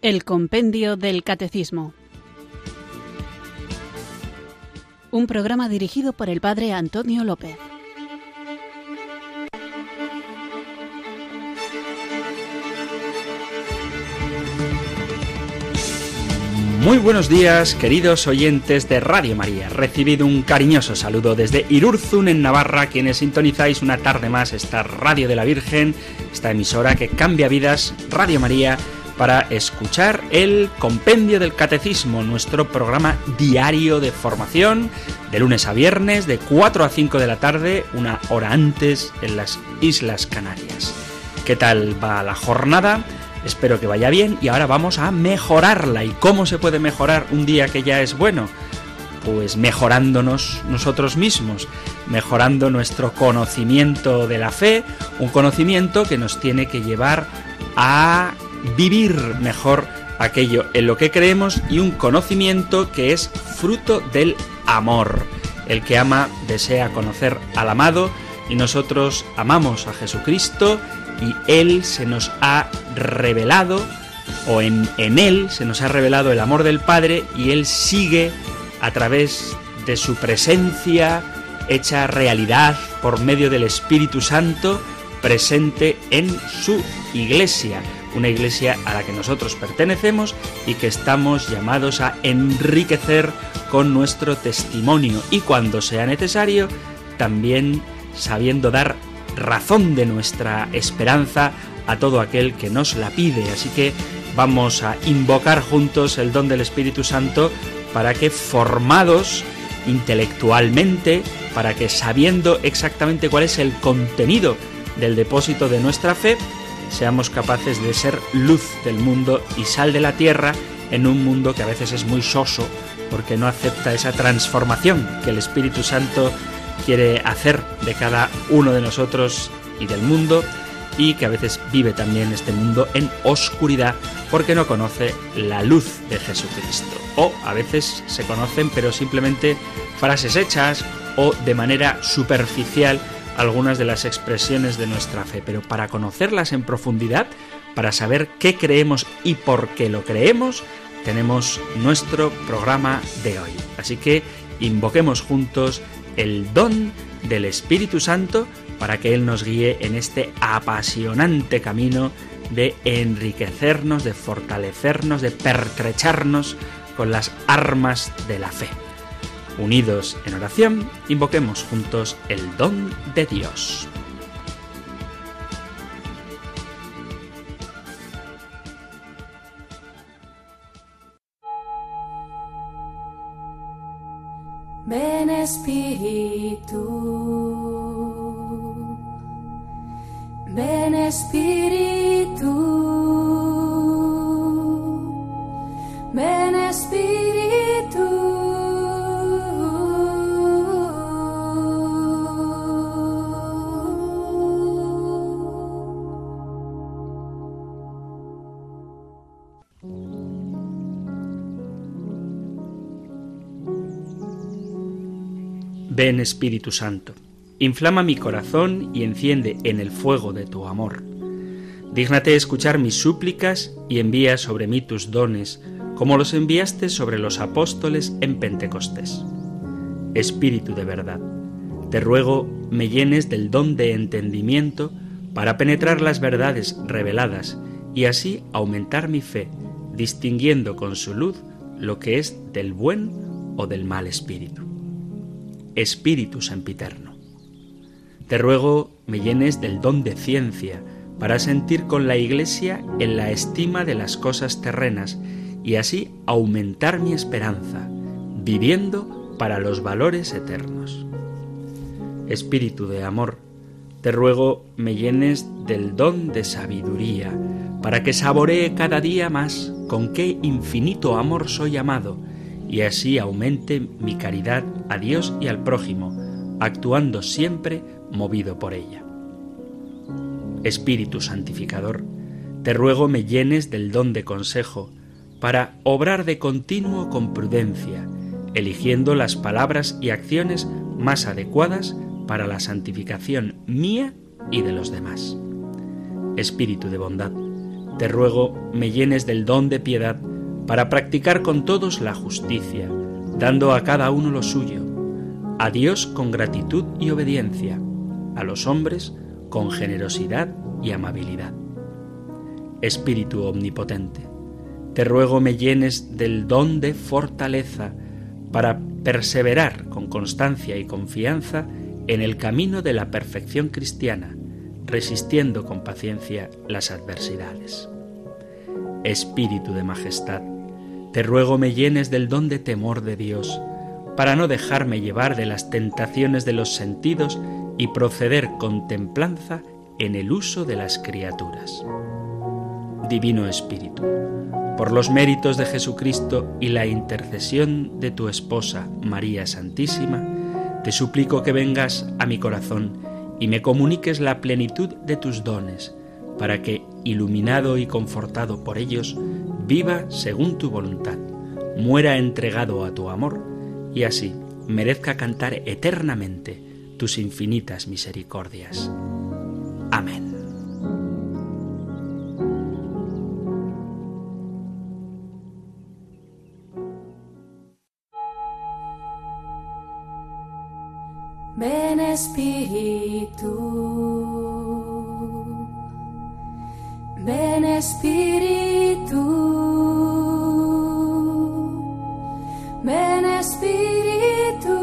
El Compendio del Catecismo. Un programa dirigido por el Padre Antonio López. Muy buenos días, queridos oyentes de Radio María. Recibido un cariñoso saludo desde Irurzun, en Navarra, quienes sintonizáis una tarde más esta Radio de la Virgen, esta emisora que cambia vidas, Radio María, para escuchar el Compendio del Catecismo, nuestro programa diario de formación, de lunes a viernes, de 4 a 5 de la tarde, una hora antes en las Islas Canarias. ¿Qué tal va la jornada? Espero que vaya bien y ahora vamos a mejorarla. ¿Y cómo se puede mejorar un día que ya es bueno? Pues mejorándonos nosotros mismos, mejorando nuestro conocimiento de la fe, un conocimiento que nos tiene que llevar a vivir mejor aquello en lo que creemos, y un conocimiento que es fruto del amor. El que ama desea conocer al amado, y nosotros amamos a Jesucristo, y Él se nos ha revelado, o en Él se nos ha revelado el amor del Padre, y Él sigue a través de su presencia hecha realidad por medio del Espíritu Santo presente en su Iglesia, una Iglesia a la que nosotros pertenecemos y que estamos llamados a enriquecer con nuestro testimonio, y cuando sea necesario también sabiendo dar razón de nuestra esperanza a todo aquel que nos la pide. Así que vamos a invocar juntos el don del Espíritu Santo para que, formados intelectualmente, para que, sabiendo exactamente cuál es el contenido del depósito de nuestra fe, seamos capaces de ser luz del mundo y sal de la tierra en un mundo que a veces es muy soso porque no acepta esa transformación que el Espíritu Santo quiere hacer de cada uno de nosotros y del mundo, y que a veces vive también este mundo en oscuridad porque no conoce la luz de Jesucristo. O a veces se conocen pero simplemente frases hechas o de manera superficial algunas de las expresiones de nuestra fe, pero para conocerlas en profundidad, para saber qué creemos y por qué lo creemos, tenemos nuestro programa de hoy. Así que invoquemos juntos el don del Espíritu Santo para que Él nos guíe en este apasionante camino de enriquecernos, de fortalecernos, de pertrecharnos con las armas de la fe. Unidos en oración, invoquemos juntos el don de Dios. Ven Espíritu, ven Espíritu, ven Espíritu. Ven Espíritu Santo, inflama mi corazón y enciende en el fuego de tu amor. Dígnate escuchar mis súplicas y envía sobre mí tus dones, como los enviaste sobre los apóstoles en Pentecostés. Espíritu de verdad, te ruego me llenes del don de entendimiento para penetrar las verdades reveladas y así aumentar mi fe, distinguiendo con su luz lo que es del buen o del mal espíritu. Espíritu sempiterno, te ruego me llenes del don de ciencia para sentir con la Iglesia en la estima de las cosas terrenas y así aumentar mi esperanza, viviendo para los valores eternos. Espíritu de amor, te ruego me llenes del don de sabiduría para que saboree cada día más con qué infinito amor soy amado, y así aumente mi caridad a Dios y al prójimo, actuando siempre movido por ella. Espíritu santificador, te ruego me llenes del don de consejo, para obrar de continuo con prudencia, eligiendo las palabras y acciones más adecuadas para la santificación mía y de los demás. Espíritu de bondad, te ruego me llenes del don de piedad para practicar con todos la justicia, dando a cada uno lo suyo, a Dios con gratitud y obediencia, a los hombres con generosidad y amabilidad. Espíritu omnipotente, te ruego me llenes del don de fortaleza para perseverar con constancia y confianza en el camino de la perfección cristiana, resistiendo con paciencia las adversidades. Espíritu de majestad, te ruego me llenes del don de temor de Dios, para no dejarme llevar de las tentaciones de los sentidos y proceder con templanza en el uso de las criaturas. Divino Espíritu, por los méritos de Jesucristo y la intercesión de tu esposa, María Santísima, te suplico que vengas a mi corazón y me comuniques la plenitud de tus dones, para que, iluminado y confortado por ellos, viva según tu voluntad, muera entregado a tu amor y así merezca cantar eternamente tus infinitas misericordias. Amén. Ven Espíritu, ven Espíritu, ven Espíritu.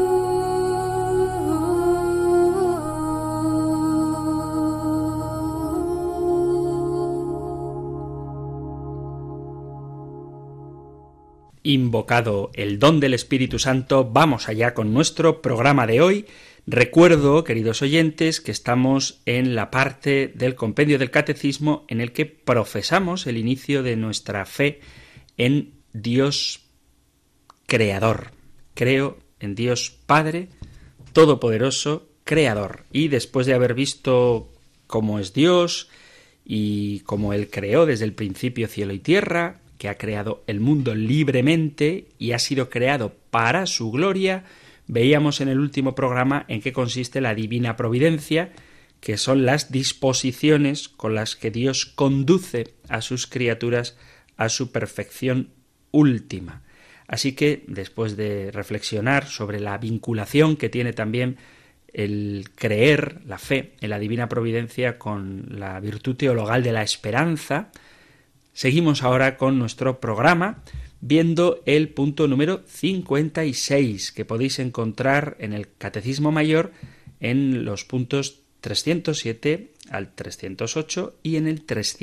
Invocado el don del Espíritu Santo, vamos allá con nuestro programa de hoy. Recuerdo, queridos oyentes, que estamos en la parte del compendio del Catecismo en el que profesamos el inicio de nuestra fe en Dios Creador. Creo en Dios Padre Todopoderoso, Creador. Y después de haber visto cómo es Dios y cómo Él creó desde el principio cielo y tierra, que ha creado el mundo libremente y ha sido creado para su gloria, veíamos en el último programa en qué consiste la divina providencia, que son las disposiciones con las que Dios conduce a sus criaturas a su perfección última. Así que, después de reflexionar sobre la vinculación que tiene también el creer, la fe en la divina providencia con la virtud teologal de la esperanza, seguimos ahora con nuestro programa, viendo el punto número 56, que podéis encontrar en el Catecismo Mayor en los puntos 307 al 308 y en el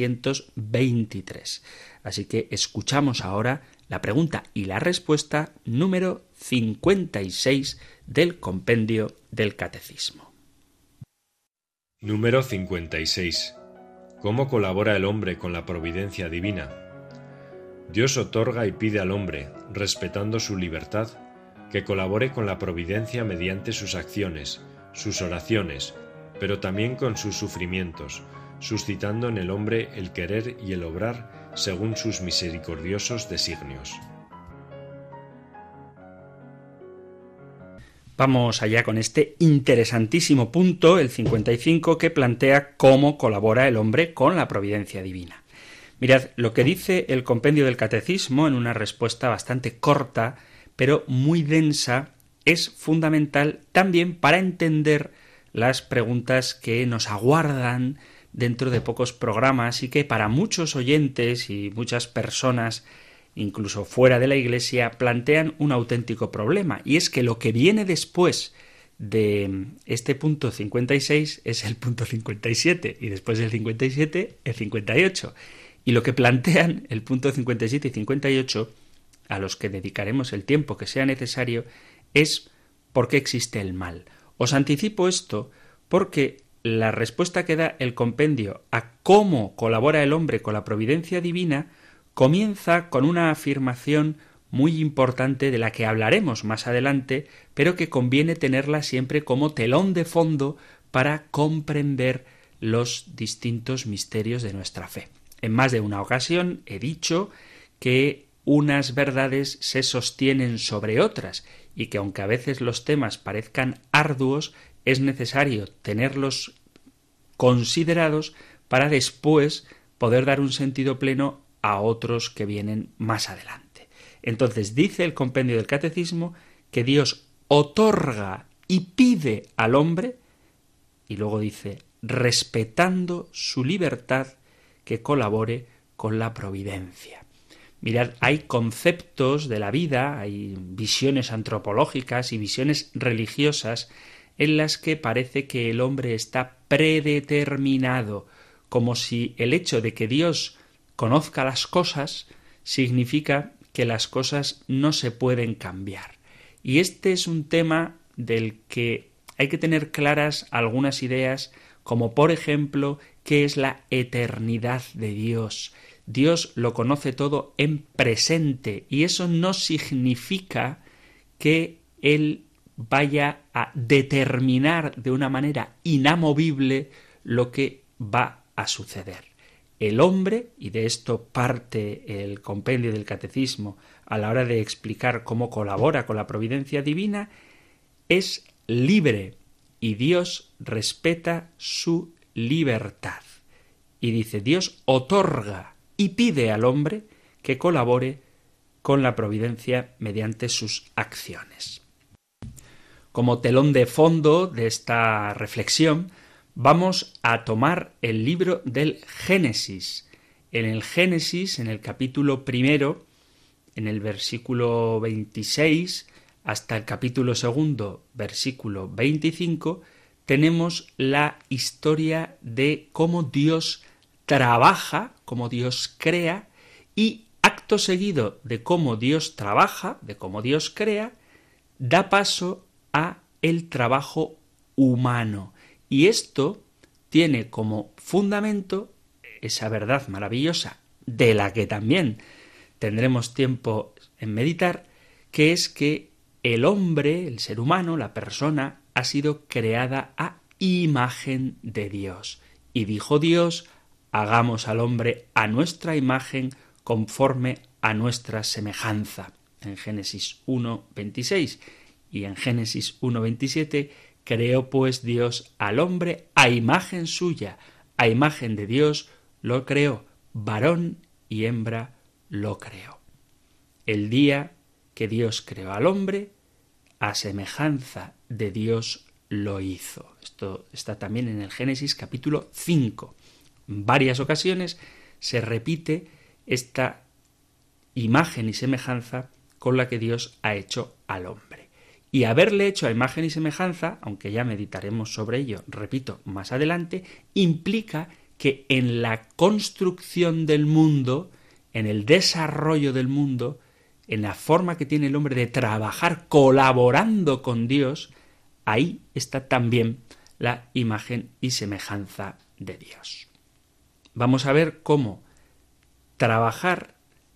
323. Así que escuchamos ahora la pregunta y la respuesta número 56 del compendio del Catecismo. Número 56. ¿Cómo colabora el hombre con la providencia divina? Dios otorga y pide al hombre, respetando su libertad, que colabore con la providencia mediante sus acciones, sus oraciones, pero también con sus sufrimientos, suscitando en el hombre el querer y el obrar según sus misericordiosos designios. Vamos allá con este interesantísimo punto, el 55, que plantea cómo colabora el hombre con la providencia divina. Mirad, lo que dice el compendio del Catecismo en una respuesta bastante corta, pero muy densa, es fundamental también para entender las preguntas que nos aguardan dentro de pocos programas y que para muchos oyentes y muchas personas, incluso fuera de la Iglesia, plantean un auténtico problema, y es que lo que viene después de este punto 56 es el punto 57, y después del 57 el 58. Y lo que plantean el punto 57 y 58, a los que dedicaremos el tiempo que sea necesario, es por qué existe el mal. Os anticipo esto porque la respuesta que da el compendio a cómo colabora el hombre con la providencia divina comienza con una afirmación muy importante de la que hablaremos más adelante, pero que conviene tenerla siempre como telón de fondo para comprender los distintos misterios de nuestra fe. En más de una ocasión he dicho que unas verdades se sostienen sobre otras y que aunque a veces los temas parezcan arduos, es necesario tenerlos considerados para después poder dar un sentido pleno a otros que vienen más adelante. Entonces dice el compendio del Catecismo que Dios otorga y pide al hombre, y luego dice, respetando su libertad, que colabore con la providencia. Mirad, hay conceptos de la vida, hay visiones antropológicas y visiones religiosas en las que parece que el hombre está predeterminado, como si el hecho de que Dios conozca las cosas significa que las cosas no se pueden cambiar. Y este es un tema del que hay que tener claras algunas ideas, como por ejemplo, ¿qué es la eternidad de Dios? Dios lo conoce todo en presente, y eso no significa que Él vaya a determinar de una manera inamovible lo que va a suceder. El hombre, y de esto parte el compendio del Catecismo a la hora de explicar cómo colabora con la providencia divina, es libre, y Dios respeta su libertad. Y dice, Dios otorga y pide al hombre que colabore con la providencia mediante sus acciones. Como telón de fondo de esta reflexión, vamos a tomar el libro del Génesis. En el Génesis, en el capítulo 1, en el versículo 26, hasta el capítulo 2, versículo 25, tenemos la historia de cómo Dios trabaja, cómo Dios crea, y acto seguido de cómo Dios trabaja, de cómo Dios crea, da paso a el trabajo humano. Y esto tiene como fundamento esa verdad maravillosa, de la que también tendremos tiempo en meditar, que es que el hombre, el ser humano, la persona, ha sido creada a imagen de Dios. Y dijo Dios, hagamos al hombre a nuestra imagen, conforme a nuestra semejanza. En Génesis 1:26 y en Génesis 1:27, creó pues Dios al hombre a imagen suya, a imagen de Dios lo creó, varón y hembra lo creó. El día que Dios creó al hombre, a semejanza de Dios lo hizo. Esto está también en el Génesis capítulo 5. En varias ocasiones se repite esta imagen y semejanza con la que Dios ha hecho al hombre. Y haberle hecho a imagen y semejanza, aunque ya meditaremos sobre ello, repito, más adelante, implica que en la construcción del mundo, en el desarrollo del mundo, en la forma que tiene el hombre de trabajar colaborando con Dios, ahí está también la imagen y semejanza de Dios. Vamos a ver cómo trabajar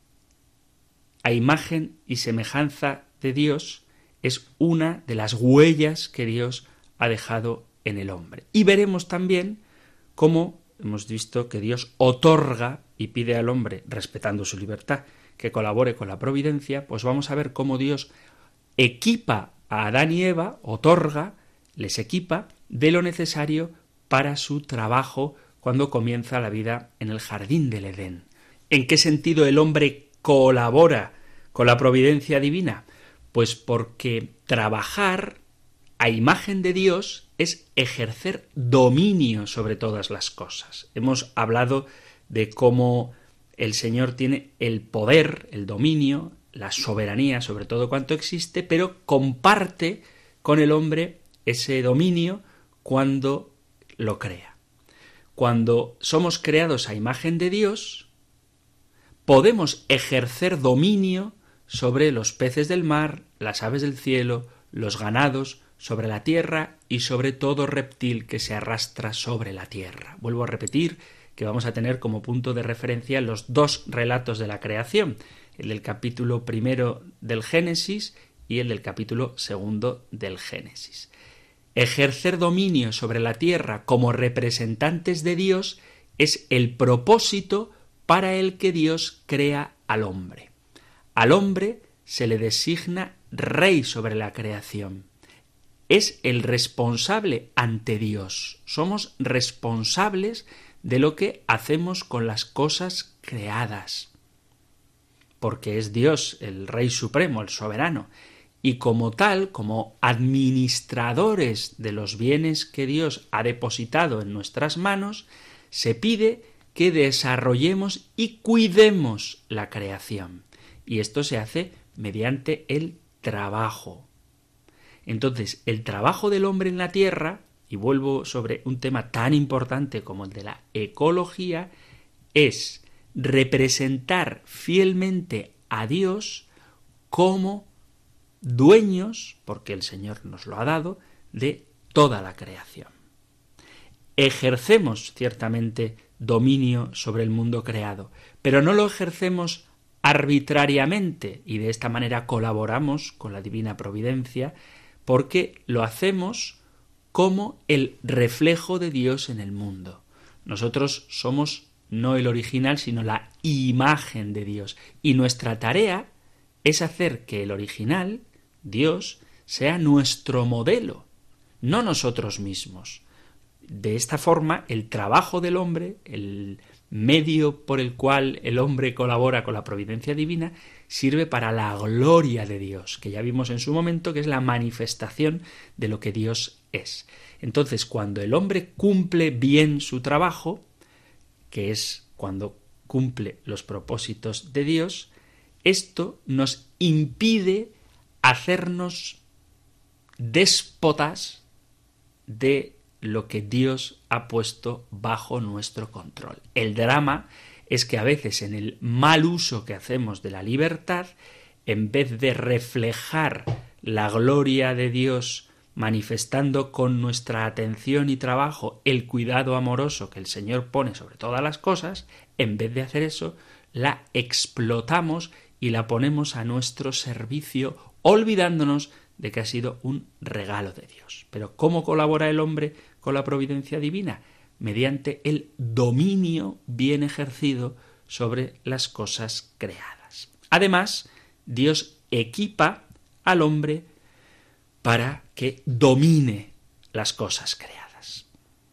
a imagen y semejanza de Dios es una de las huellas que Dios ha dejado en el hombre. Y veremos también cómo hemos visto que Dios otorga y pide al hombre, respetando su libertad, que colabore con la providencia. Pues vamos a ver cómo Dios equipa a Adán y Eva, les equipa de lo necesario para su trabajo cuando comienza la vida en el jardín del Edén. ¿En qué sentido el hombre colabora con la providencia divina? Pues porque trabajar a imagen de Dios es ejercer dominio sobre todas las cosas. Hemos hablado de cómo el Señor tiene el poder, el dominio, la soberanía sobre todo cuanto existe, pero comparte con el hombre ese dominio cuando lo crea. Cuando somos creados a imagen de Dios, podemos ejercer dominio sobre los peces del mar, las aves del cielo, los ganados, sobre la tierra y sobre todo reptil que se arrastra sobre la tierra. Vuelvo a repetir que vamos a tener como punto de referencia los dos relatos de la creación, el del capítulo 1 del Génesis y el del capítulo 2 del Génesis. Ejercer dominio sobre la tierra como representantes de Dios es el propósito para el que Dios crea al hombre. Al hombre se le designa rey sobre la creación. Es el responsable ante Dios. Somos responsables de lo que hacemos con las cosas creadas. Porque es Dios el Rey Supremo, el soberano, y como tal, como administradores de los bienes que Dios ha depositado en nuestras manos, se pide que desarrollemos y cuidemos la creación. Y esto se hace mediante el trabajo. Entonces, el trabajo del hombre en la tierra, y vuelvo sobre un tema tan importante como el de la ecología, es representar fielmente a Dios como dueños, porque el Señor nos lo ha dado, de toda la creación. Ejercemos ciertamente dominio sobre el mundo creado, pero no lo ejercemos arbitrariamente y de esta manera colaboramos con la divina providencia porque lo hacemos como el reflejo de Dios en el mundo. Nosotros somos no el original, sino la imagen de Dios. Y nuestra tarea es hacer que el original, Dios, sea nuestro modelo, no nosotros mismos. De esta forma, el trabajo del hombre, el medio por el cual el hombre colabora con la providencia divina, sirve para la gloria de Dios, que ya vimos en su momento que es la manifestación de lo que Dios es. Entonces, cuando el hombre cumple bien su trabajo, que es cuando cumple los propósitos de Dios, esto nos impide hacernos déspotas de lo que Dios ha puesto bajo nuestro control. El drama es que a veces en el mal uso que hacemos de la libertad, en vez de reflejar la gloria de Dios manifestando con nuestra atención y trabajo el cuidado amoroso que el Señor pone sobre todas las cosas, en vez de hacer eso, la explotamos y la ponemos a nuestro servicio, olvidándonos de que ha sido un regalo de Dios. Pero ¿cómo colabora el hombre con la providencia divina? Mediante el dominio bien ejercido sobre las cosas creadas. Además, Dios equipa al hombre para que domine las cosas creadas.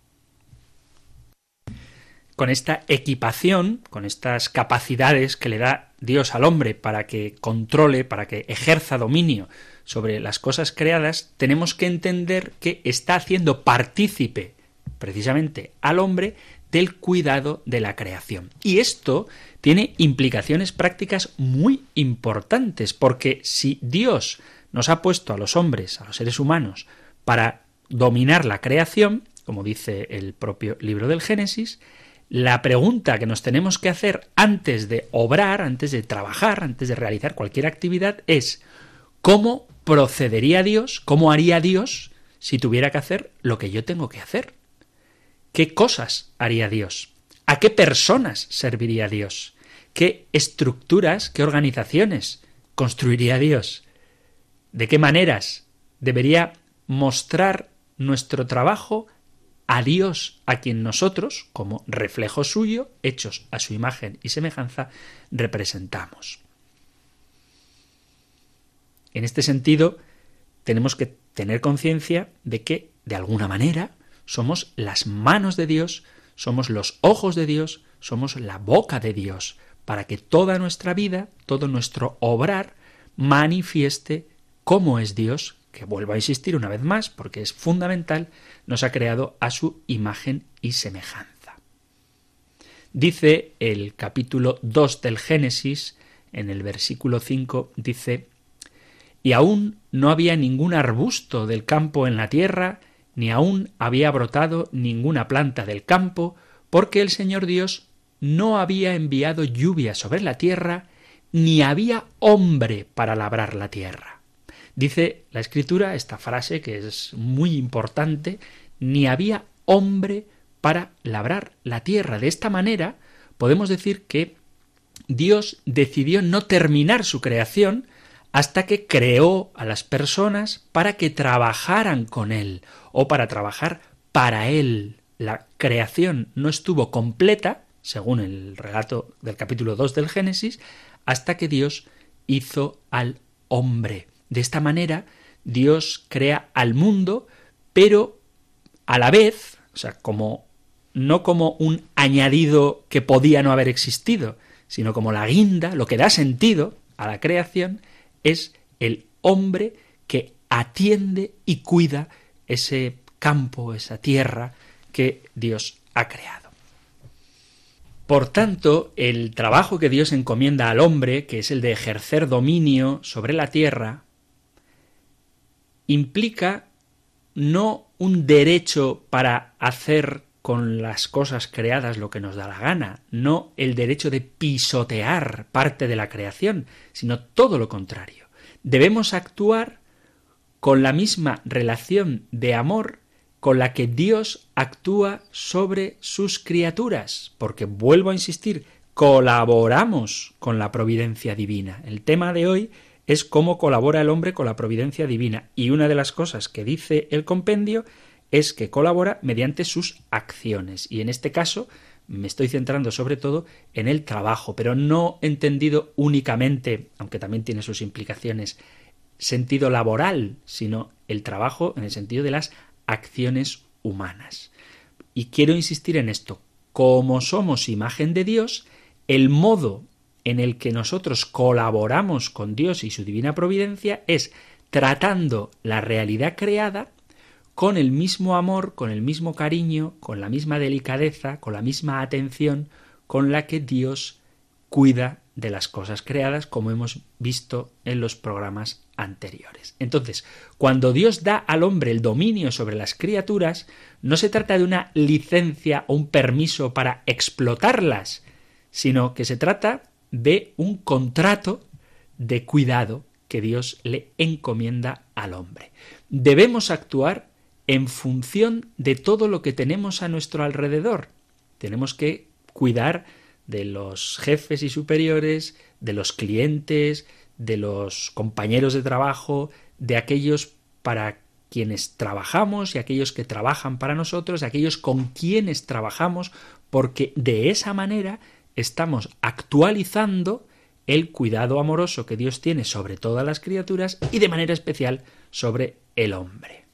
Con esta equipación, con estas capacidades que le da Dios al hombre para que controle, para que ejerza dominio sobre las cosas creadas, tenemos que entender que está haciendo partícipe precisamente al hombre del cuidado de la creación. Y esto tiene implicaciones prácticas muy importantes, porque si Dios nos ha puesto a los hombres, a los seres humanos, para dominar la creación, como dice el propio libro del Génesis, la pregunta que nos tenemos que hacer antes de obrar, antes de trabajar, antes de realizar cualquier actividad es ¿cómo procedería Dios? ¿Cómo haría Dios si tuviera que hacer lo que yo tengo que hacer? ¿Qué cosas haría Dios? ¿A qué personas serviría Dios? ¿Qué estructuras, qué organizaciones construiría Dios? ¿De qué maneras debería mostrar nuestro trabajo a Dios, a quien nosotros, como reflejo suyo, hechos a su imagen y semejanza, representamos? En este sentido, tenemos que tener conciencia de que, de alguna manera, somos las manos de Dios, somos los ojos de Dios, somos la boca de Dios, para que toda nuestra vida, todo nuestro obrar, manifieste cómo es Dios, que vuelvo a insistir una vez más, porque es fundamental, nos ha creado a su imagen y semejanza. Dice el capítulo 2 del Génesis, en el versículo 5, dice: «Y aún no había ningún arbusto del campo en la tierra, ni aún había brotado ninguna planta del campo, porque el Señor Dios no había enviado lluvia sobre la tierra, ni había hombre para labrar la tierra». Dice la Escritura, esta frase que es muy importante, ni había hombre para labrar la tierra. De esta manera podemos decir que Dios decidió no terminar su creación hasta que creó a las personas para que trabajaran con Él o para trabajar para Él. La creación no estuvo completa, según el relato del capítulo 2 del Génesis, hasta que Dios hizo al hombre. De esta manera, Dios crea al mundo, pero a la vez, o sea, como no como un añadido que podía no haber existido, sino como la guinda, lo que da sentido a la creación, es el hombre que atiende y cuida ese campo, esa tierra que Dios ha creado. Por tanto, el trabajo que Dios encomienda al hombre, que es el de ejercer dominio sobre la tierra, implica no un derecho para hacer con las cosas creadas lo que nos da la gana, no el derecho de pisotear parte de la creación, sino todo lo contrario. Debemos actuar con la misma relación de amor con la que Dios actúa sobre sus criaturas, porque, vuelvo a insistir, colaboramos con la providencia divina. El tema de hoy es cómo colabora el hombre con la providencia divina, y una de las cosas que dice el compendio es que colabora mediante sus acciones, y en este caso me estoy centrando sobre todo en el trabajo, pero no entendido únicamente, aunque también tiene sus implicaciones, sentido laboral, sino el trabajo en el sentido de las acciones humanas. Y quiero insistir en esto: como somos imagen de Dios, el modo en el que nosotros colaboramos con Dios y su divina providencia es tratando la realidad creada con el mismo amor, con el mismo cariño, con la misma delicadeza, con la misma atención con la que Dios cuida de las cosas creadas, como hemos visto en los programas anteriores. Entonces, cuando Dios da al hombre el dominio sobre las criaturas, no se trata de una licencia o un permiso para explotarlas, sino que se trata de un contrato de cuidado que Dios le encomienda al hombre. Debemos actuar en función de todo lo que tenemos a nuestro alrededor. Tenemos que cuidar de los jefes y superiores, de los clientes, de los compañeros de trabajo, de aquellos para quienes trabajamos y aquellos que trabajan para nosotros, de aquellos con quienes trabajamos, porque de esa manera estamos actualizando el cuidado amoroso que Dios tiene sobre todas las criaturas y de manera especial sobre el hombre.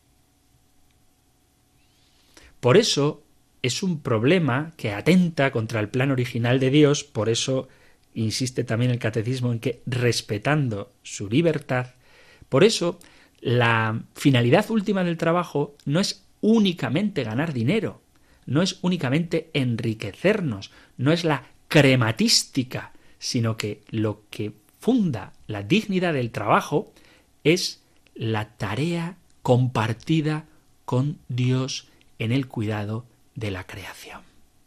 Por eso es un problema que atenta contra el plan original de Dios, por eso insiste también el catecismo en que respetando su libertad, por eso la finalidad última del trabajo no es únicamente ganar dinero, no es únicamente enriquecernos, no es la crematística, sino que lo que funda la dignidad del trabajo es la tarea compartida con Dios en el cuidado de la creación.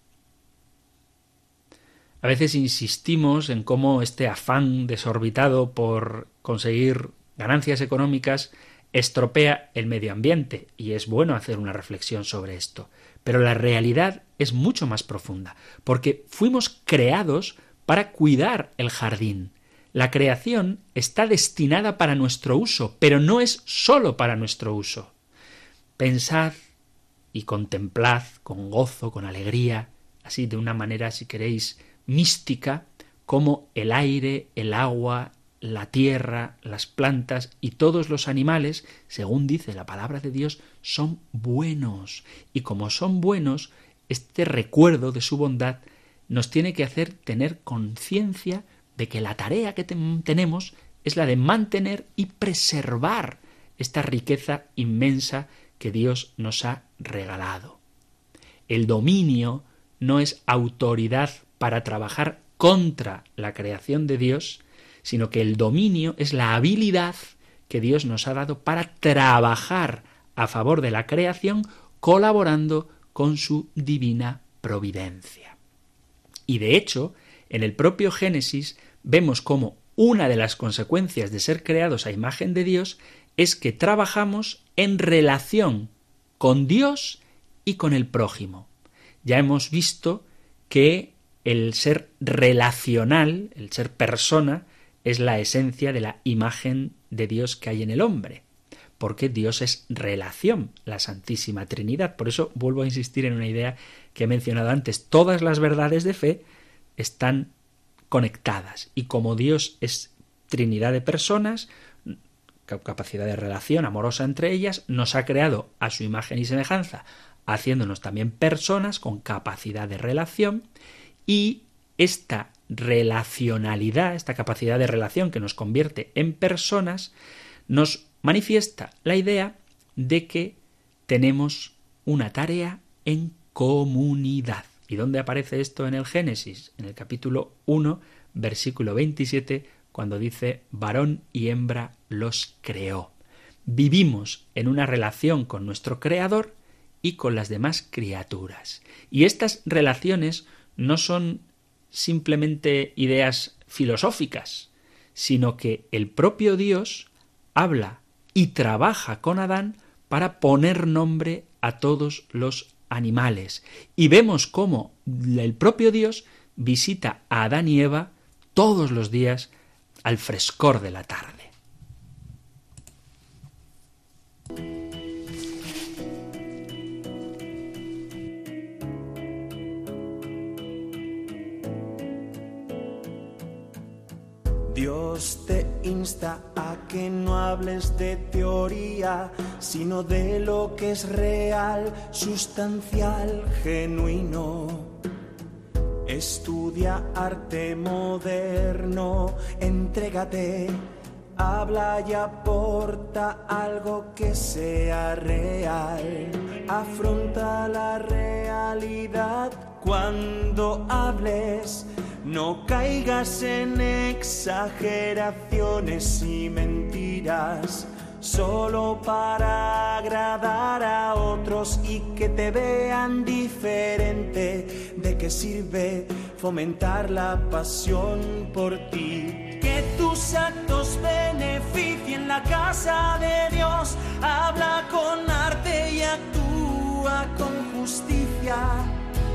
A veces insistimos en cómo este afán desorbitado por conseguir ganancias económicas estropea el medio ambiente, y es bueno hacer una reflexión sobre esto. Pero la realidad es mucho más profunda, porque fuimos creados para cuidar el jardín. La creación está destinada para nuestro uso, pero no es sólo para nuestro uso. Pensad y contemplad con gozo, con alegría, así de una manera, si queréis, mística, cómo el aire, el agua, la tierra, las plantas y todos los animales, según dice la palabra de Dios, son buenos. Y como son buenos, este recuerdo de su bondad nos tiene que hacer tener conciencia de que la tarea que tenemos es la de mantener y preservar esta riqueza inmensa que Dios nos ha regalado. El dominio no es autoridad para trabajar contra la creación de Dios, sino que el dominio es la habilidad que Dios nos ha dado para trabajar a favor de la creación, colaborando con su divina providencia. Y de hecho, en el propio Génesis vemos cómo una de las consecuencias de ser creados a imagen de Dios es que trabajamos en relación con Dios y con el prójimo. Ya hemos visto que el ser relacional, el ser persona, es la esencia de la imagen de Dios que hay en el hombre, porque Dios es relación, la Santísima Trinidad. Por eso vuelvo a insistir en una idea que he mencionado antes: todas las verdades de fe están conectadas, y como Dios es Trinidad de personas, capacidad de relación amorosa entre ellas, nos ha creado a su imagen y semejanza, haciéndonos también personas con capacidad de relación, y esta relacionalidad, esta capacidad de relación que nos convierte en personas, nos manifiesta la idea de que tenemos una tarea en comunidad. ¿Y dónde aparece esto en el Génesis? En el capítulo 1, versículo 27, cuando dice: varón y hembra los creó. Vivimos en una relación con nuestro Creador y con las demás criaturas. Y estas relaciones no son simplemente ideas filosóficas, sino que el propio Dios habla y trabaja con Adán para poner nombre a todos los animales. Y vemos cómo el propio Dios visita a Adán y Eva todos los días al frescor de la tarde. Dios te insta a que no hables de teoría, sino de lo que es real, sustancial, genuino. Estudia arte moderno, entrégate, habla y aporta algo que sea real. Afronta la realidad cuando hables. No caigas en exageraciones y mentiras solo para agradar a otros y que te vean diferente. ¿De qué sirve fomentar la pasión por ti? Que tus actos beneficien la casa de Dios. Habla con arte y actúa con justicia.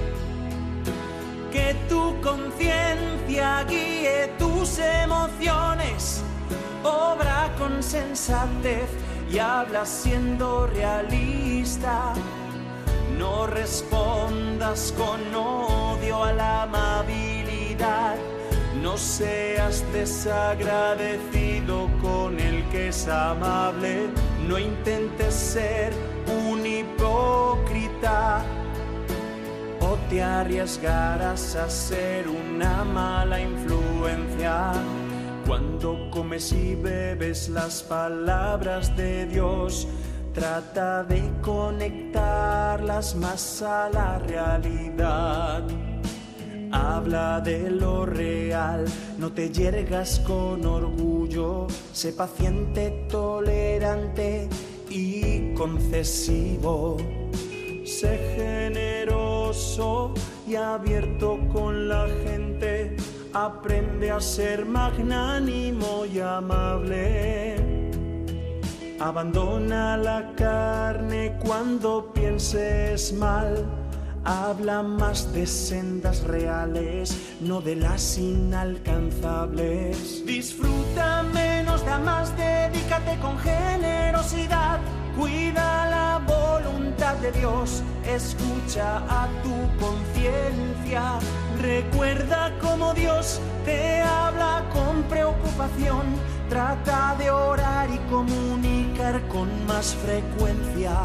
Que tu conciencia guíe tus emociones, obra con sensatez y habla siendo realista. No respondas con odio a la amabilidad, no seas desagradecido con el que es amable, no intentes ser un hipócrita. O te arriesgarás a ser una mala influencia. Cuando comes y bebes las palabras de Dios, trata de conectarlas más a la realidad. Habla de lo real, no te yergas con orgullo. Sé paciente, tolerante y concesivo. Sé generoso y abierto con la gente. Aprende a ser magnánimo y amable. Abandona la carne cuando pienses mal. Habla más de sendas reales, no de las inalcanzables. Disfruta menos, da más, dedícate con generosidad. Cuida la voluntad de Dios, escucha a tu conciencia. Recuerda cómo Dios te habla con preocupación. Trata de orar y comunicar con más frecuencia.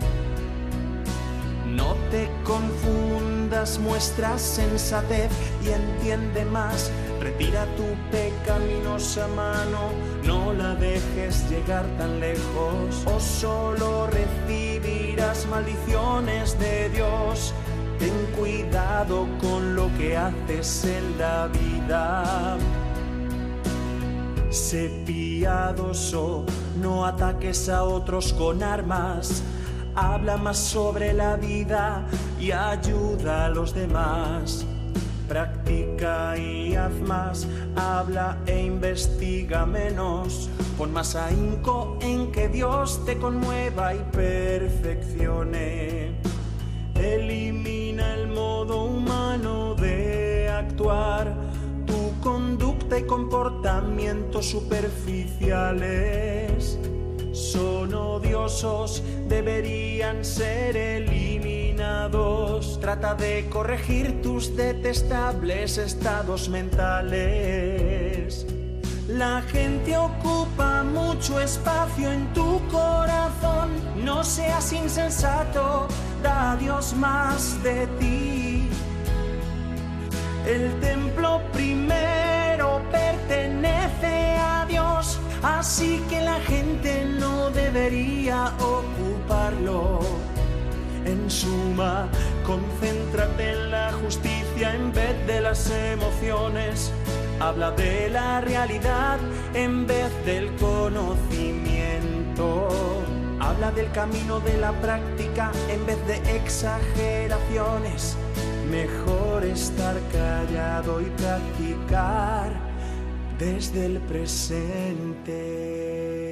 No te confundas, muestra sensatez y entiende más. Retira tu pecaminosa mano, no la dejes llegar tan lejos, o solo recibirás maldiciones de Dios. Ten cuidado con lo que haces en la vida. Sé piadoso, no ataques a otros con armas. Habla más sobre la vida y ayuda a los demás. Practica y haz más, habla e investiga menos. Pon más ahínco en que Dios te conmueva y perfeccione. Elimina el modo humano de actuar, tu conducta y comportamientos superficiales son odiosos, deberían ser eliminados. Trata de corregir tus detestables estados mentales. La gente ocupa mucho espacio en tu corazón. No seas insensato, da Dios más de ti. El templo primero pertenece a Dios, así que la gente no debería ocuparlo. En suma, concéntrate en la justicia en vez de las emociones. Habla de la realidad en vez del conocimiento. Habla del camino de la práctica en vez de exageraciones. Mejor estar callado y practicar desde el presente.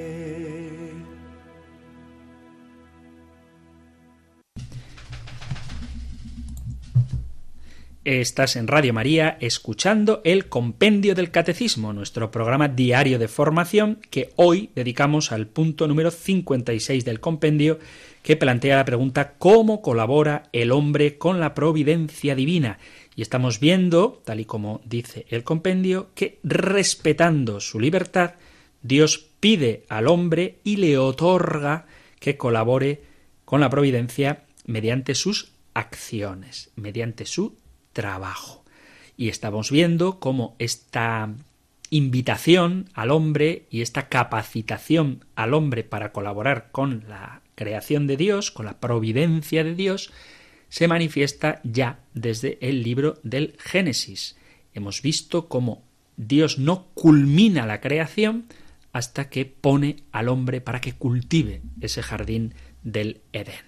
Estás en Radio María escuchando el Compendio del Catecismo, nuestro programa diario de formación que hoy dedicamos al punto número 56 del compendio, que plantea la pregunta ¿cómo colabora el hombre con la providencia divina? Y estamos viendo, tal y como dice el compendio, que respetando su libertad, Dios pide al hombre y le otorga que colabore con la providencia mediante sus acciones, mediante su trabajo. Y estamos viendo cómo esta invitación al hombre y esta capacitación al hombre para colaborar con la creación de Dios, con la providencia de Dios, se manifiesta ya desde el libro del Génesis. Hemos visto cómo Dios no culmina la creación hasta que pone al hombre para que cultive ese jardín del Edén.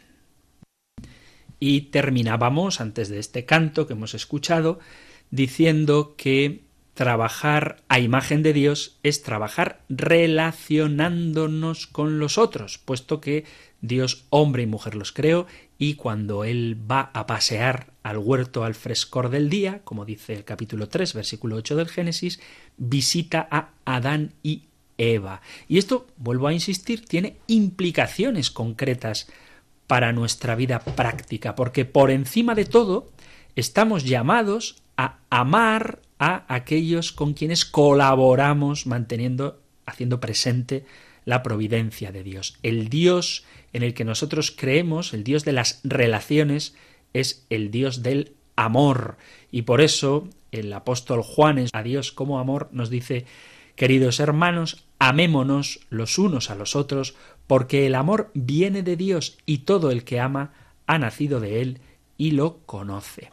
Y terminábamos, antes de este canto que hemos escuchado, diciendo que trabajar a imagen de Dios es trabajar relacionándonos con los otros, puesto que Dios, hombre y mujer, los creó, y cuando Él va a pasear al huerto al frescor del día, como dice el capítulo 3, versículo 8 del Génesis, visita a Adán y Eva. Y esto, vuelvo a insistir, tiene implicaciones concretas para nuestra vida práctica, porque por encima de todo estamos llamados a amar a aquellos con quienes colaboramos haciendo presente la providencia de Dios. El Dios en el que nosotros creemos, el Dios de las relaciones, es el Dios del amor. Y por eso el apóstol Juan, a Dios como amor, nos dice: queridos hermanos, amémonos los unos a los otros, porque el amor viene de Dios y todo el que ama ha nacido de Él y lo conoce.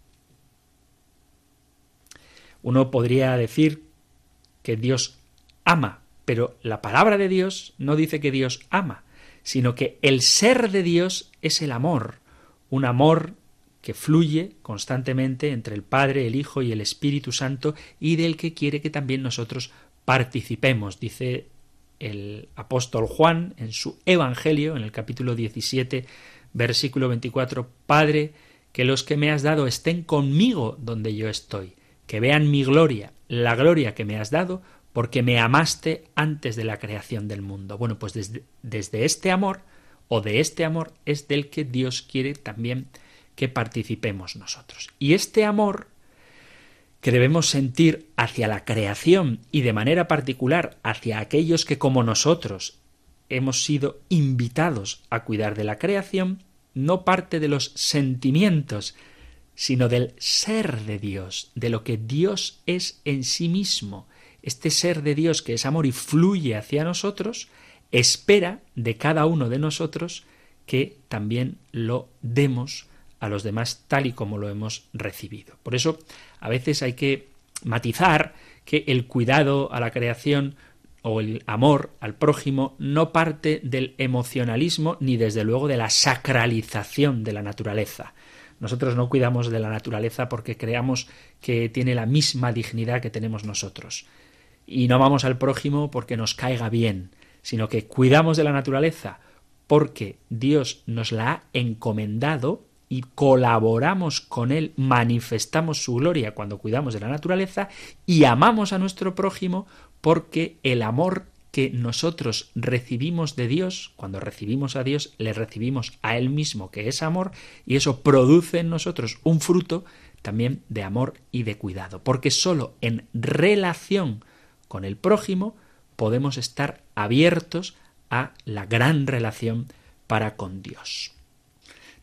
Uno podría decir que Dios ama, pero la palabra de Dios no dice que Dios ama, sino que el ser de Dios es el amor, un amor que fluye constantemente entre el Padre, el Hijo y el Espíritu Santo, y del que quiere que también nosotros participemos. Dice el apóstol Juan en su Evangelio, en el capítulo 17, versículo 24, Padre, que los que me has dado estén conmigo donde yo estoy, que vean mi gloria, la gloria que me has dado, porque me amaste antes de la creación del mundo. Bueno, pues desde este amor, o de este amor, es del que Dios quiere también que participemos nosotros. Y este amor que debemos sentir hacia la creación y de manera particular hacia aquellos que como nosotros hemos sido invitados a cuidar de la creación, no parte de los sentimientos, sino del ser de Dios, de lo que Dios es en sí mismo. Este ser de Dios que es amor y fluye hacia nosotros, espera de cada uno de nosotros que también lo demos a los demás tal y como lo hemos recibido. Por eso a veces hay que matizar que el cuidado a la creación o el amor al prójimo no parte del emocionalismo ni desde luego de la sacralización de la naturaleza. Nosotros no cuidamos de la naturaleza porque creamos que tiene la misma dignidad que tenemos nosotros. Y no amamos al prójimo porque nos caiga bien, sino que cuidamos de la naturaleza porque Dios nos la ha encomendado y colaboramos con Él, manifestamos su gloria cuando cuidamos de la naturaleza y amamos a nuestro prójimo porque el amor que nosotros recibimos de Dios, cuando recibimos a Dios, le recibimos a Él mismo, que es amor, y eso produce en nosotros un fruto también de amor y de cuidado, porque sólo en relación con el prójimo podemos estar abiertos a la gran relación para con Dios.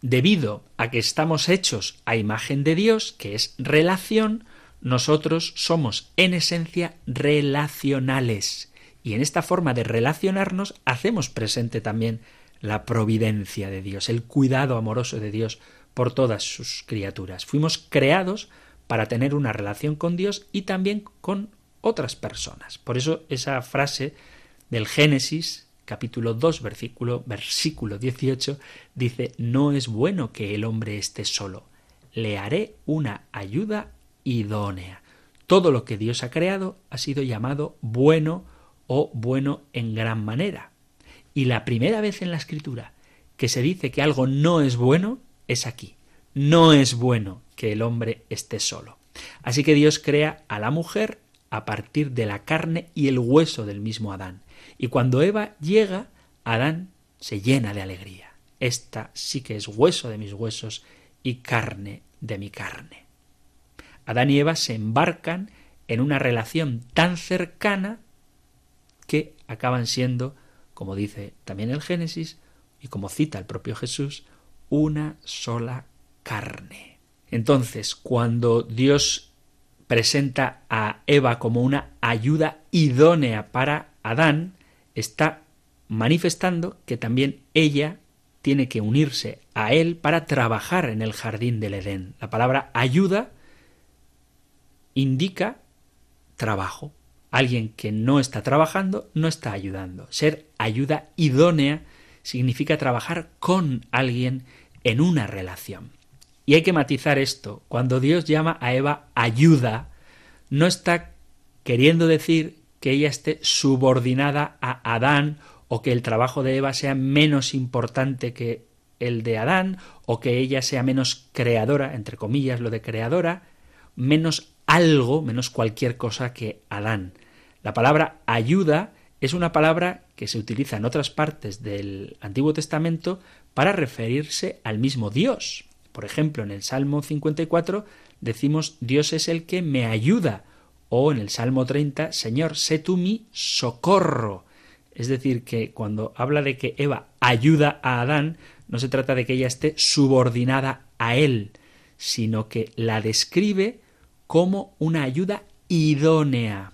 debido a que estamos hechos a imagen de Dios, que es relación, nosotros somos en esencia relacionales. Y en esta forma de relacionarnos hacemos presente también la providencia de Dios, el cuidado amoroso de Dios por todas sus criaturas. Fuimos creados para tener una relación con Dios y también con otras personas. Por eso esa frase del Génesis, capítulo 2, versículo 18, dice: no es bueno que el hombre esté solo, le haré una ayuda idónea. Todo lo que Dios ha creado ha sido llamado bueno o bueno en gran manera. Y la primera vez en la Escritura que se dice que algo no es bueno es aquí. No es bueno que el hombre esté solo. Así que Dios crea a la mujer a partir de la carne y el hueso del mismo Adán. Y cuando Eva llega, Adán se llena de alegría. Esta sí que es hueso de mis huesos y carne de mi carne. Adán y Eva se embarcan en una relación tan cercana que acaban siendo, como dice también el Génesis y como cita el propio Jesús, una sola carne. Entonces, cuando Dios presenta a Eva como una ayuda idónea para Adán, está manifestando que también ella tiene que unirse a él para trabajar en el jardín del Edén. La palabra ayuda indica trabajo. Alguien que no está trabajando no está ayudando. Ser ayuda idónea significa trabajar con alguien en una relación. Y hay que matizar esto. Cuando Dios llama a Eva ayuda, no está queriendo decir que ella esté subordinada a Adán o que el trabajo de Eva sea menos importante que el de Adán o que ella sea menos creadora, entre comillas lo de creadora, menos algo, menos cualquier cosa que Adán. La palabra ayuda es una palabra que se utiliza en otras partes del Antiguo Testamento para referirse al mismo Dios. Por ejemplo, en el Salmo 54 decimos: Dios es el que me ayuda. O en el Salmo 30, Señor, sé tú mi socorro. Es decir, que cuando habla de que Eva ayuda a Adán, no se trata de que ella esté subordinada a él, sino que la describe como una ayuda idónea.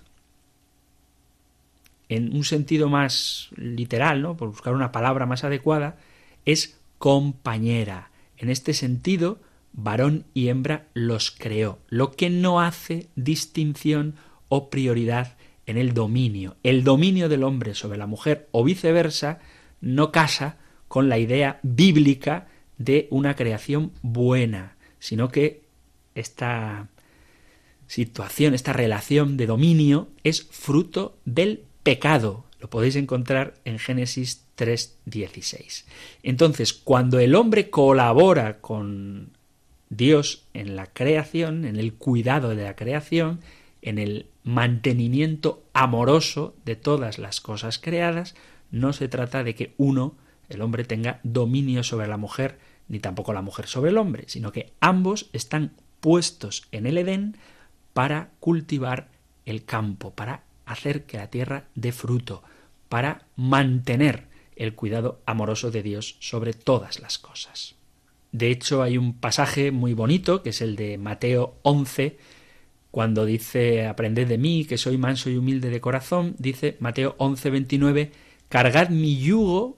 En un sentido más literal, ¿no?, por buscar una palabra más adecuada, es compañera. En este sentido, varón y hembra los creó, lo que no hace distinción o prioridad en el dominio. El dominio del hombre sobre la mujer o viceversa no casa con la idea bíblica de una creación buena, sino que esta situación, esta relación de dominio es fruto del pecado. Lo podéis encontrar en Génesis 3:16. Entonces, cuando el hombre colabora con Dios en la creación, en el cuidado de la creación, en el mantenimiento amoroso de todas las cosas creadas, no se trata de que el hombre, tenga dominio sobre la mujer, ni tampoco la mujer sobre el hombre, sino que ambos están puestos en el Edén para cultivar el campo, para hacer que la tierra dé fruto, para mantener el cuidado amoroso de Dios sobre todas las cosas. De hecho, hay un pasaje muy bonito, que es el de Mateo 11, cuando dice: aprended de mí, que soy manso y humilde de corazón. Dice Mateo 11:29, cargad mi yugo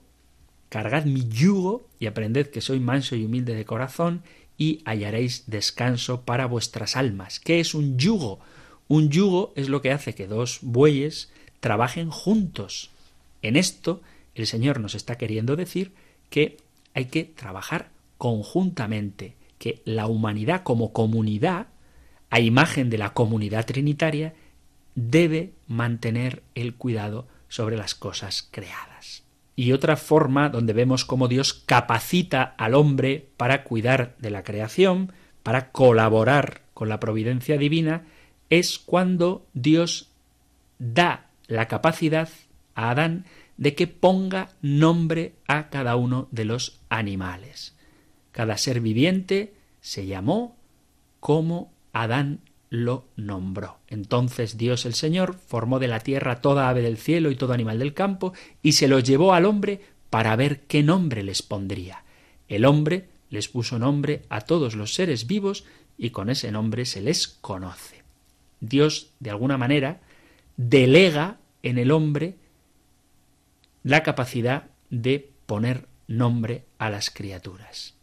y aprended que soy manso y humilde de corazón y hallaréis descanso para vuestras almas. ¿Qué es un yugo? Un yugo es lo que hace que dos bueyes trabajen juntos. En esto, el Señor nos está queriendo decir que hay que trabajar conjuntamente, que la humanidad como comunidad, a imagen de la comunidad trinitaria, debe mantener el cuidado sobre las cosas creadas. Y otra forma donde vemos cómo Dios capacita al hombre para cuidar de la creación, para colaborar con la providencia divina, es cuando Dios da la capacidad a Adán de que ponga nombre a cada uno de los animales. Cada ser viviente se llamó como Adán lo nombró. Entonces Dios el Señor formó de la tierra toda ave del cielo y todo animal del campo y se los llevó al hombre para ver qué nombre les pondría. El hombre les puso nombre a todos los seres vivos y con ese nombre se les conoce. Dios, de alguna manera, delega en el hombre la capacidad de poner nombre a las criaturas.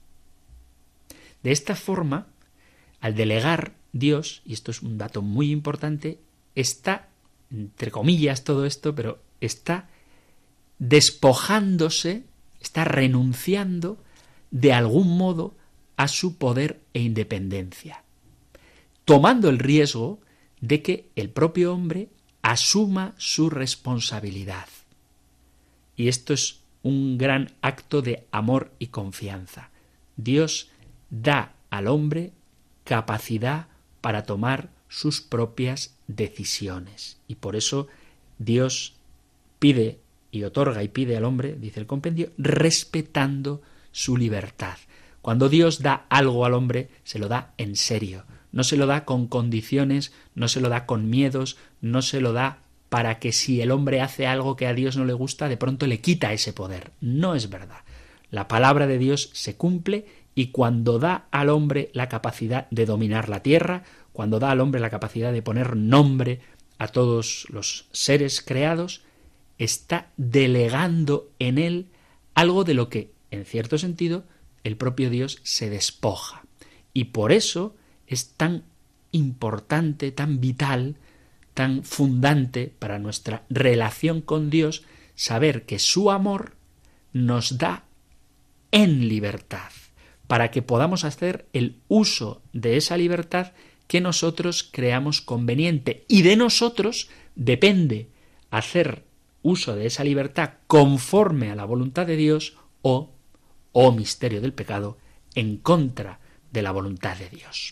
De esta forma, al delegar Dios, y esto es un dato muy importante, está, entre comillas todo esto, pero está despojándose, está renunciando de algún modo a su poder e independencia, tomando el riesgo de que el propio hombre asuma su responsabilidad. Y esto es un gran acto de amor y confianza. Dios da al hombre capacidad para tomar sus propias decisiones. Y por eso Dios pide y otorga y pide al hombre, dice el compendio, respetando su libertad. Cuando Dios da algo al hombre, se lo da en serio. No se lo da con condiciones, no se lo da con miedos, no se lo da para que si el hombre hace algo que a Dios no le gusta, de pronto le quita ese poder. No es verdad. La palabra de Dios se cumple y cuando da al hombre la capacidad de dominar la tierra, cuando da al hombre la capacidad de poner nombre a todos los seres creados, está delegando en él algo de lo que, en cierto sentido, el propio Dios se despoja. Y por eso es tan importante, tan vital, tan fundante para nuestra relación con Dios saber que su amor nos da en libertad, para que podamos hacer el uso de esa libertad que nosotros creamos conveniente. Y de nosotros depende hacer uso de esa libertad conforme a la voluntad de Dios o, misterio del pecado, en contra de la voluntad de Dios.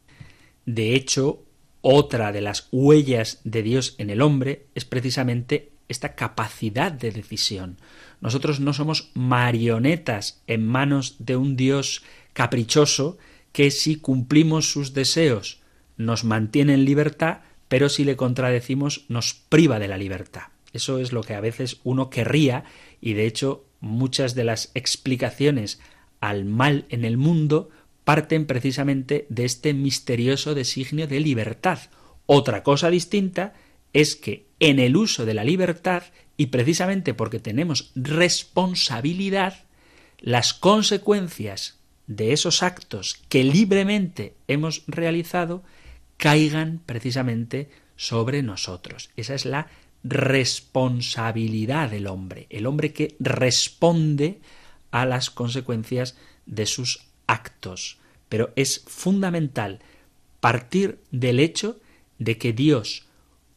De hecho, otra de las huellas de Dios en el hombre es precisamente esta capacidad de decisión. Nosotros no somos marionetas en manos de un Dios caprichoso que si cumplimos sus deseos nos mantiene en libertad, pero si le contradecimos nos priva de la libertad. Eso es lo que a veces uno querría y de hecho muchas de las explicaciones al mal en el mundo parten precisamente de este misterioso designio de libertad. Otra cosa distinta es que en el uso de la libertad, y precisamente porque tenemos responsabilidad, las consecuencias de esos actos que libremente hemos realizado caigan precisamente sobre nosotros. Esa es la responsabilidad del hombre, el hombre que responde a las consecuencias de sus actos. Pero es fundamental partir del hecho de que Dios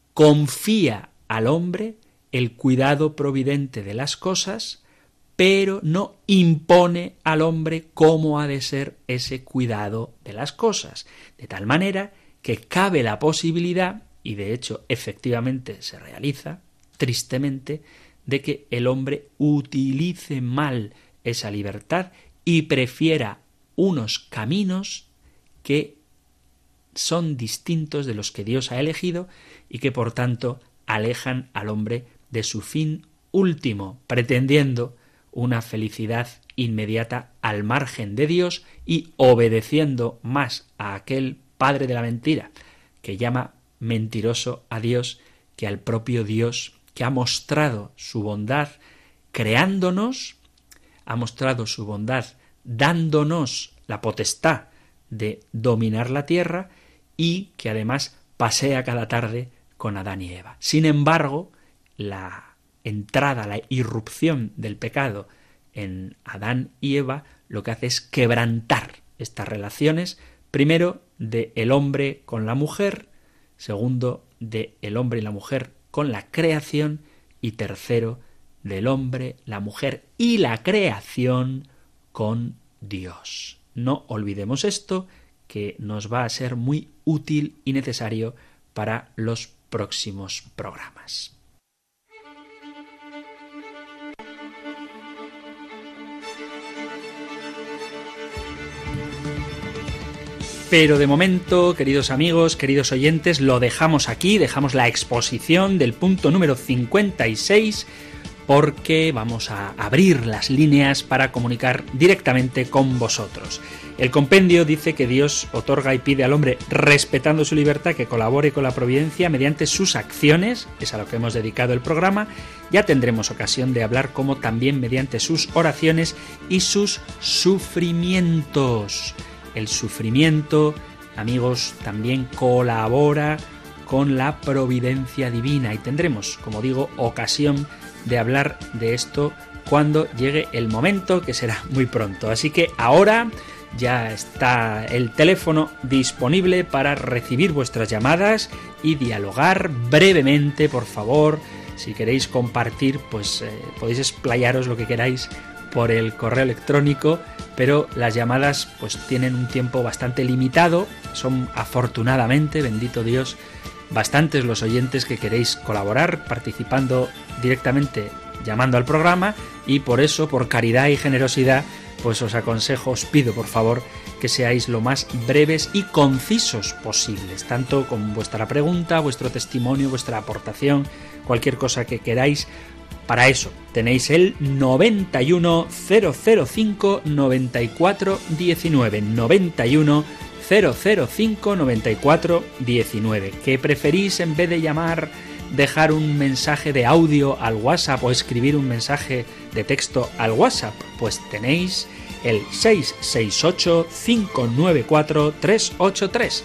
confía al hombre el cuidado providente de las cosas, pero no impone al hombre cómo ha de ser ese cuidado de las cosas. De tal manera que cabe la posibilidad, y de hecho efectivamente se realiza, tristemente, de que el hombre utilice mal esa libertad y prefiera unos caminos que son distintos de los que Dios ha elegido y que por tanto alejan al hombre de su fin último, pretendiendo una felicidad inmediata al margen de Dios y obedeciendo más a aquel padre de la mentira que llama mentiroso a Dios que al propio Dios, que ha mostrado su bondad creándonos, ha mostrado su bondad dándonos la potestad de dominar la tierra y que además pasea cada tarde con Adán y Eva. Sin embargo, la entrada, la irrupción del pecado en Adán y Eva lo que hace es quebrantar estas relaciones, primero del hombre con la mujer, segundo del hombre y la mujer con la creación y tercero del hombre, la mujer y la creación con Dios. No olvidemos esto, que nos va a ser muy útil y necesario para los próximos programas. Pero de momento, queridos amigos, queridos oyentes, lo dejamos aquí, dejamos la exposición del punto número 56 porque vamos a abrir las líneas para comunicar directamente con vosotros. El compendio dice que Dios otorga y pide al hombre, respetando su libertad, que colabore con la providencia mediante sus acciones, es a lo que hemos dedicado el programa. Ya tendremos ocasión de hablar cómo también mediante sus oraciones y sus sufrimientos. El sufrimiento, amigos, también colabora con la providencia divina y tendremos, como digo, ocasión de hablar de esto cuando llegue el momento, que será muy pronto. Así que ahora ya está el teléfono disponible para recibir vuestras llamadas y dialogar brevemente, por favor. Si queréis compartir, pues podéis explayaros lo que queráis por el correo electrónico, pero las llamadas pues tienen un tiempo bastante limitado. Son, afortunadamente, bendito Dios, bastantes los oyentes que queréis colaborar participando directamente llamando al programa, y por eso, por caridad y generosidad, pues os aconsejo, os pido por favor que seáis lo más breves y concisos posibles, tanto con vuestra pregunta, vuestro testimonio, vuestra aportación, cualquier cosa que queráis. Para eso tenéis el 91 005 94 19, 91 005 94 19. ¿Qué preferís en vez de llamar, dejar un mensaje de audio al WhatsApp o escribir un mensaje de texto al WhatsApp? Pues tenéis el 668-594-383,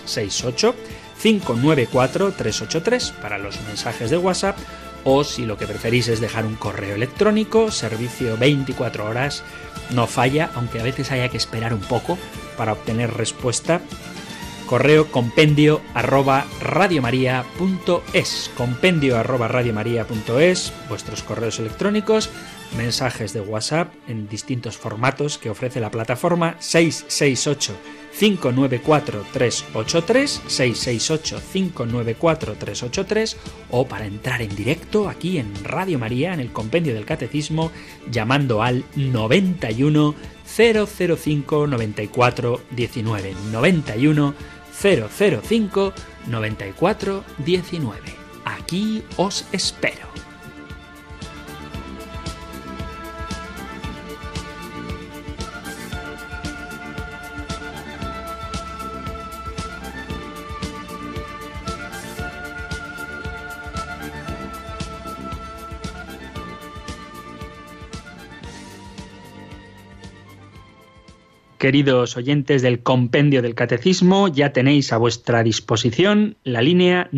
668-594-383 para los mensajes de WhatsApp, o si lo que preferís es dejar un correo electrónico, servicio 24 horas, no falla, aunque a veces haya que esperar un poco para obtener respuesta. Correo compendio@radiomaria.es, compendio@radiomaria.es, vuestros correos electrónicos, mensajes de WhatsApp en distintos formatos que ofrece la plataforma, 668-594-383, 668-594-383, o para entrar en directo aquí en Radio María, en el Compendio del Catecismo, llamando al 91 005 94 19, 91 005 94 19. Aquí os espero. Queridos oyentes del Compendio del Catecismo, ya tenéis a vuestra disposición la línea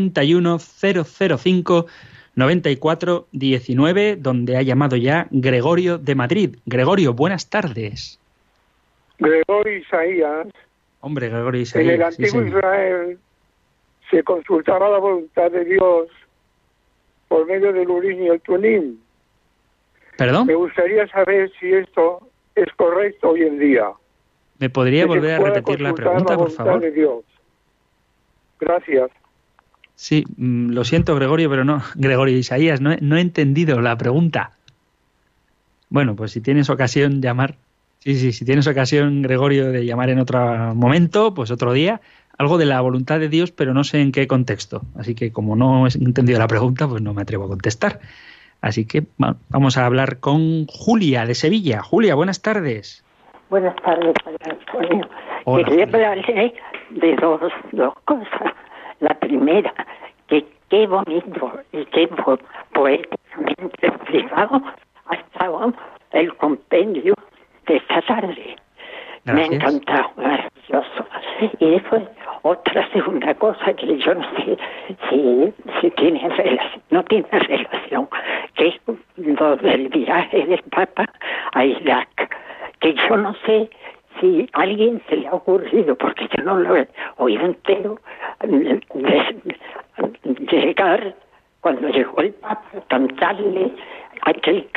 91005 94 19, donde ha llamado ya Gregorio de Madrid. Gregorio, buenas tardes. Gregorio Isaías. Hombre, Gregorio Isaías. En el antiguo Israel se consultaba la voluntad de Dios por medio del Urim y el Tumim. ¿Perdón? Me gustaría saber si esto es correcto hoy en día. ¿Me podría volver a repetir la pregunta, por favor? De Dios. Gracias. Sí, lo siento, Gregorio, pero no, Gregorio Isaías, no he entendido la pregunta. Bueno, pues si tienes ocasión llamar, si tienes ocasión, Gregorio, de llamar en otro momento, pues otro día, algo de la voluntad de Dios, pero no sé en qué contexto. Así que como no he entendido la pregunta, pues no me atrevo a contestar. Así que bueno, vamos a hablar con Julia de Sevilla. Julia, buenas tardes. Buenas tardes, Padre Antonio. Hola, quería hablarle de dos cosas. La primera, que qué bonito y qué poéticamente explicado ha estado el compendio de esta tarde. Gracias. Me ha encantado, maravilloso. Y después, otra segunda cosa que yo no sé si tiene relación, no tiene relación, que es lo del viaje del Papa a Irak, que yo no sé si a alguien se le ha ocurrido, porque yo no lo he oído entero, llegar, cuando llegó el Papa, cantarle aquel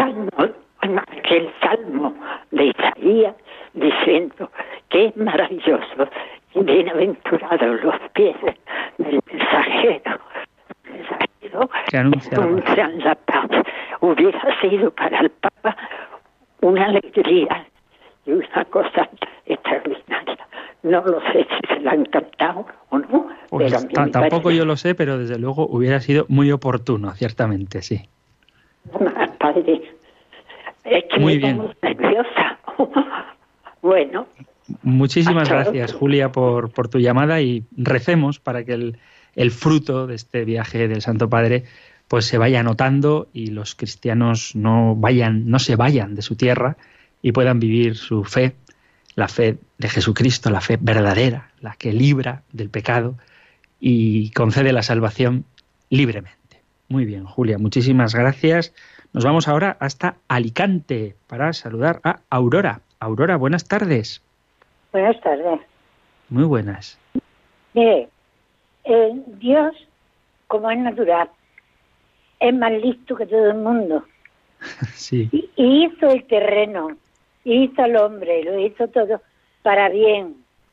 salmo de Isaías, diciendo que es maravilloso y bienaventurados los pies del mensajero que anuncian la paz. Hubiera sido para el Papa una alegría y una cosa extraordinaria. No lo sé si se le ha encantado o no. Pues pero tampoco yo lo sé, pero desde luego hubiera sido muy oportuno, ciertamente, sí. Padre. Es que Muy me bien. pongo nerviosa. Bueno. Muchísimas gracias, Julia, por tu llamada, y recemos para que el fruto de este viaje del Santo Padre pues se vaya notando y los cristianos no se vayan de su tierra y puedan vivir su fe, la fe de Jesucristo, la fe verdadera, la que libra del pecado y concede la salvación libremente. Muy bien, Julia, muchísimas gracias. Nos vamos ahora hasta Alicante para saludar a Aurora. Aurora, buenas tardes. Buenas tardes. Muy buenas. Mire, Dios, como es natural, es más listo que todo el mundo. Sí. Y hizo el terreno, hizo al hombre, lo hizo todo para bien.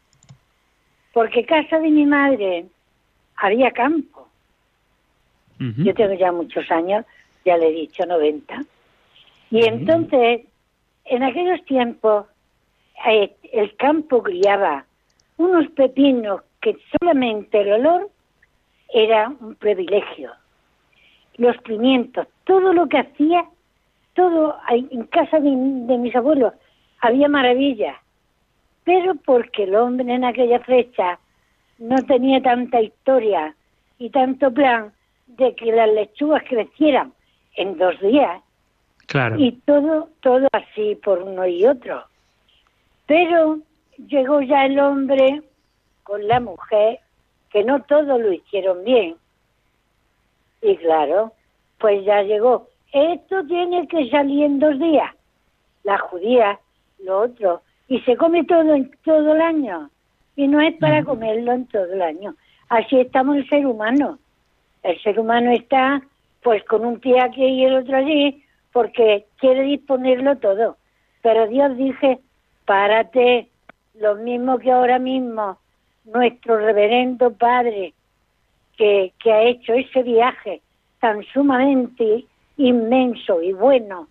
Porque casa de mi madre había campo. Uh-huh. Yo tengo ya muchos años, ya le he dicho 90. Y entonces, en aquellos tiempos, el campo criaba unos pepinos que solamente el olor era un privilegio. Los pimientos, todo lo que hacía, todo en casa de mis abuelos, había maravillas. Pero porque el hombre en aquella fecha no tenía tanta historia y tanto plan de que las lechugas crecieran en 2 días. Claro. Y todo así por uno y otro. Pero llegó ya el hombre con la mujer, que no todos lo hicieron bien. Y claro, pues ya llegó. Esto tiene que salir en 2 días. La judía, lo otro. Y se come todo en todo el año. Y no es para comerlo en todo el año. Así estamos el ser humano. El ser humano está pues con un pie aquí y el otro allí, porque quiere disponerlo todo. Pero Dios dice, párate, lo mismo que ahora mismo nuestro reverendo Padre, que ha hecho ese viaje tan sumamente inmenso y bueno,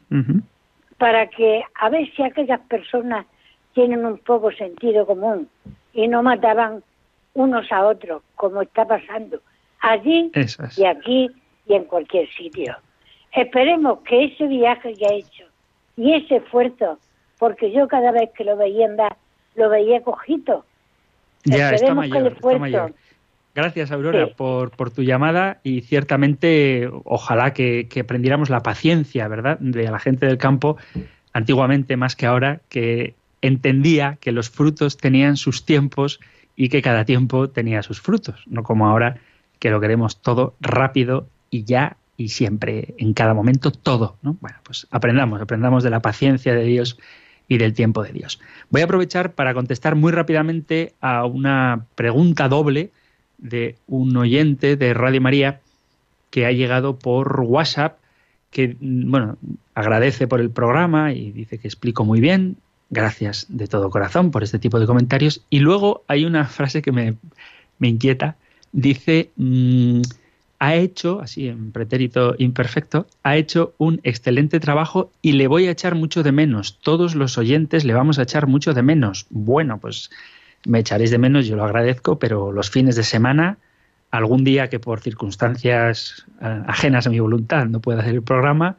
para que a ver si aquellas personas tienen un poco sentido común y no mataban unos a otros, como está pasando allí y aquí y en cualquier sitio. Esperemos que ese viaje que ha hecho y ese esfuerzo, porque yo cada vez que lo veía andar, lo veía cojito. Ya, Esperemos está mayor. Gracias, Aurora, sí, por tu llamada, y ciertamente ojalá que aprendiéramos la paciencia, ¿verdad?, de la gente del campo, antiguamente más que ahora, que entendía que los frutos tenían sus tiempos y que cada tiempo tenía sus frutos, no como ahora que lo queremos todo rápido y ya y siempre, en cada momento, todo, ¿no? Bueno, pues aprendamos de la paciencia de Dios y del tiempo de Dios. Voy a aprovechar para contestar muy rápidamente a una pregunta doble de un oyente de Radio María que ha llegado por WhatsApp, que, bueno, agradece por el programa y dice que explico muy bien. Gracias de todo corazón por este tipo de comentarios. Y luego hay una frase que me inquieta. Dice, ha hecho, así en pretérito imperfecto, ha hecho un excelente trabajo y le voy a echar mucho de menos. Todos los oyentes le vamos a echar mucho de menos. Bueno, pues me echaréis de menos, yo lo agradezco, pero los fines de semana, algún día que por circunstancias ajenas a mi voluntad no pueda hacer el programa,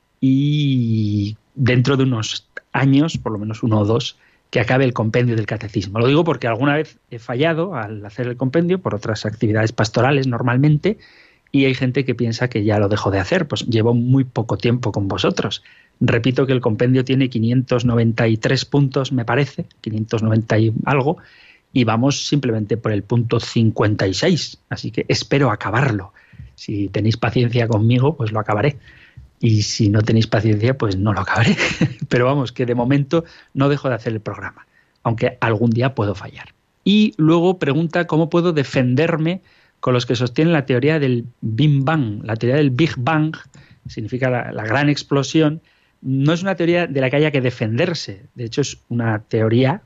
y dentro de unos años, por lo menos 1 o 2, que acabe el compendio del catecismo. Lo digo porque alguna vez he fallado al hacer el compendio por otras actividades pastorales normalmente, y hay gente que piensa que ya lo dejo de hacer. Pues llevo muy poco tiempo con vosotros. Repito que el compendio tiene 593 puntos, me parece, 590 y algo, y vamos simplemente por el punto 56, así que espero acabarlo. Si tenéis paciencia conmigo, pues lo acabaré. Y si no tenéis paciencia, pues no lo acabaré. Pero vamos, que de momento no dejo de hacer el programa, aunque algún día puedo fallar. Y luego pregunta cómo puedo defenderme con los que sostienen la teoría del Big Bang. La teoría del Big Bang significa la gran explosión. No es una teoría de la que haya que defenderse. De hecho, es una teoría,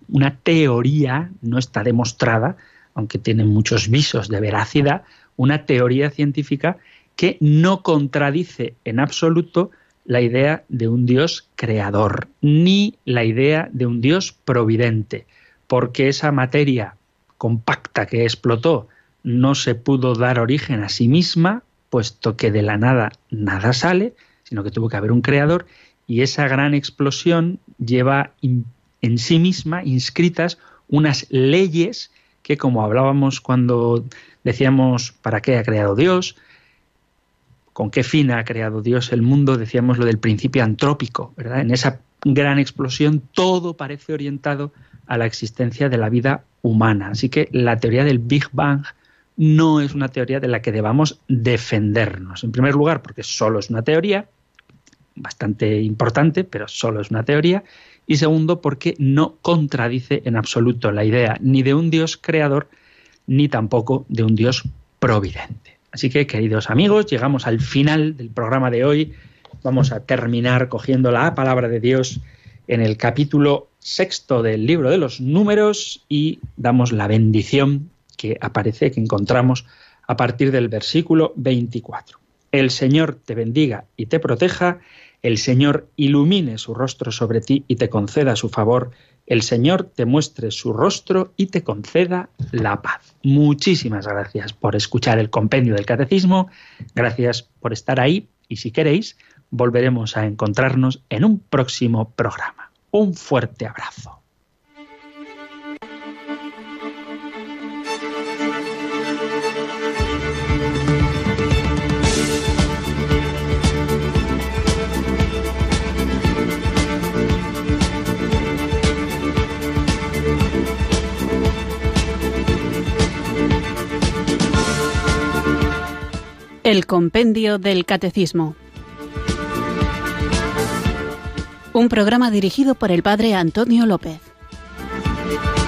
no está demostrada, aunque tiene muchos visos de veracidad, una teoría científica que no contradice en absoluto la idea de un Dios creador, ni la idea de un Dios providente, porque esa materia compacta que explotó no se pudo dar origen a sí misma, puesto que de la nada nada sale, sino que tuvo que haber un creador, y esa gran explosión lleva en sí misma inscritas unas leyes que, como hablábamos cuando decíamos ¿para qué ha creado Dios?, ¿con qué fin ha creado Dios el mundo?, decíamos lo del principio antrópico, ¿verdad? En esa gran explosión todo parece orientado a la existencia de la vida humana. Así que la teoría del Big Bang no es una teoría de la que debamos defendernos. En primer lugar, porque solo es una teoría, bastante importante, pero solo es una teoría. Y segundo, porque no contradice en absoluto la idea ni de un Dios creador, ni tampoco de un Dios providente. Así que, queridos amigos, llegamos al final del programa de hoy. Vamos a terminar cogiendo la palabra de Dios en el capítulo 6 del libro de los Números y damos la bendición que aparece, que encontramos a partir del versículo 24. El Señor te bendiga y te proteja, el Señor ilumine su rostro sobre ti y te conceda su favor, el Señor te muestre su rostro y te conceda la paz. Muchísimas gracias por escuchar el compendio del Catecismo, gracias por estar ahí y si queréis, volveremos a encontrarnos en un próximo programa. Un fuerte abrazo. El compendio del Catecismo. Un programa dirigido por el Padre Antonio López.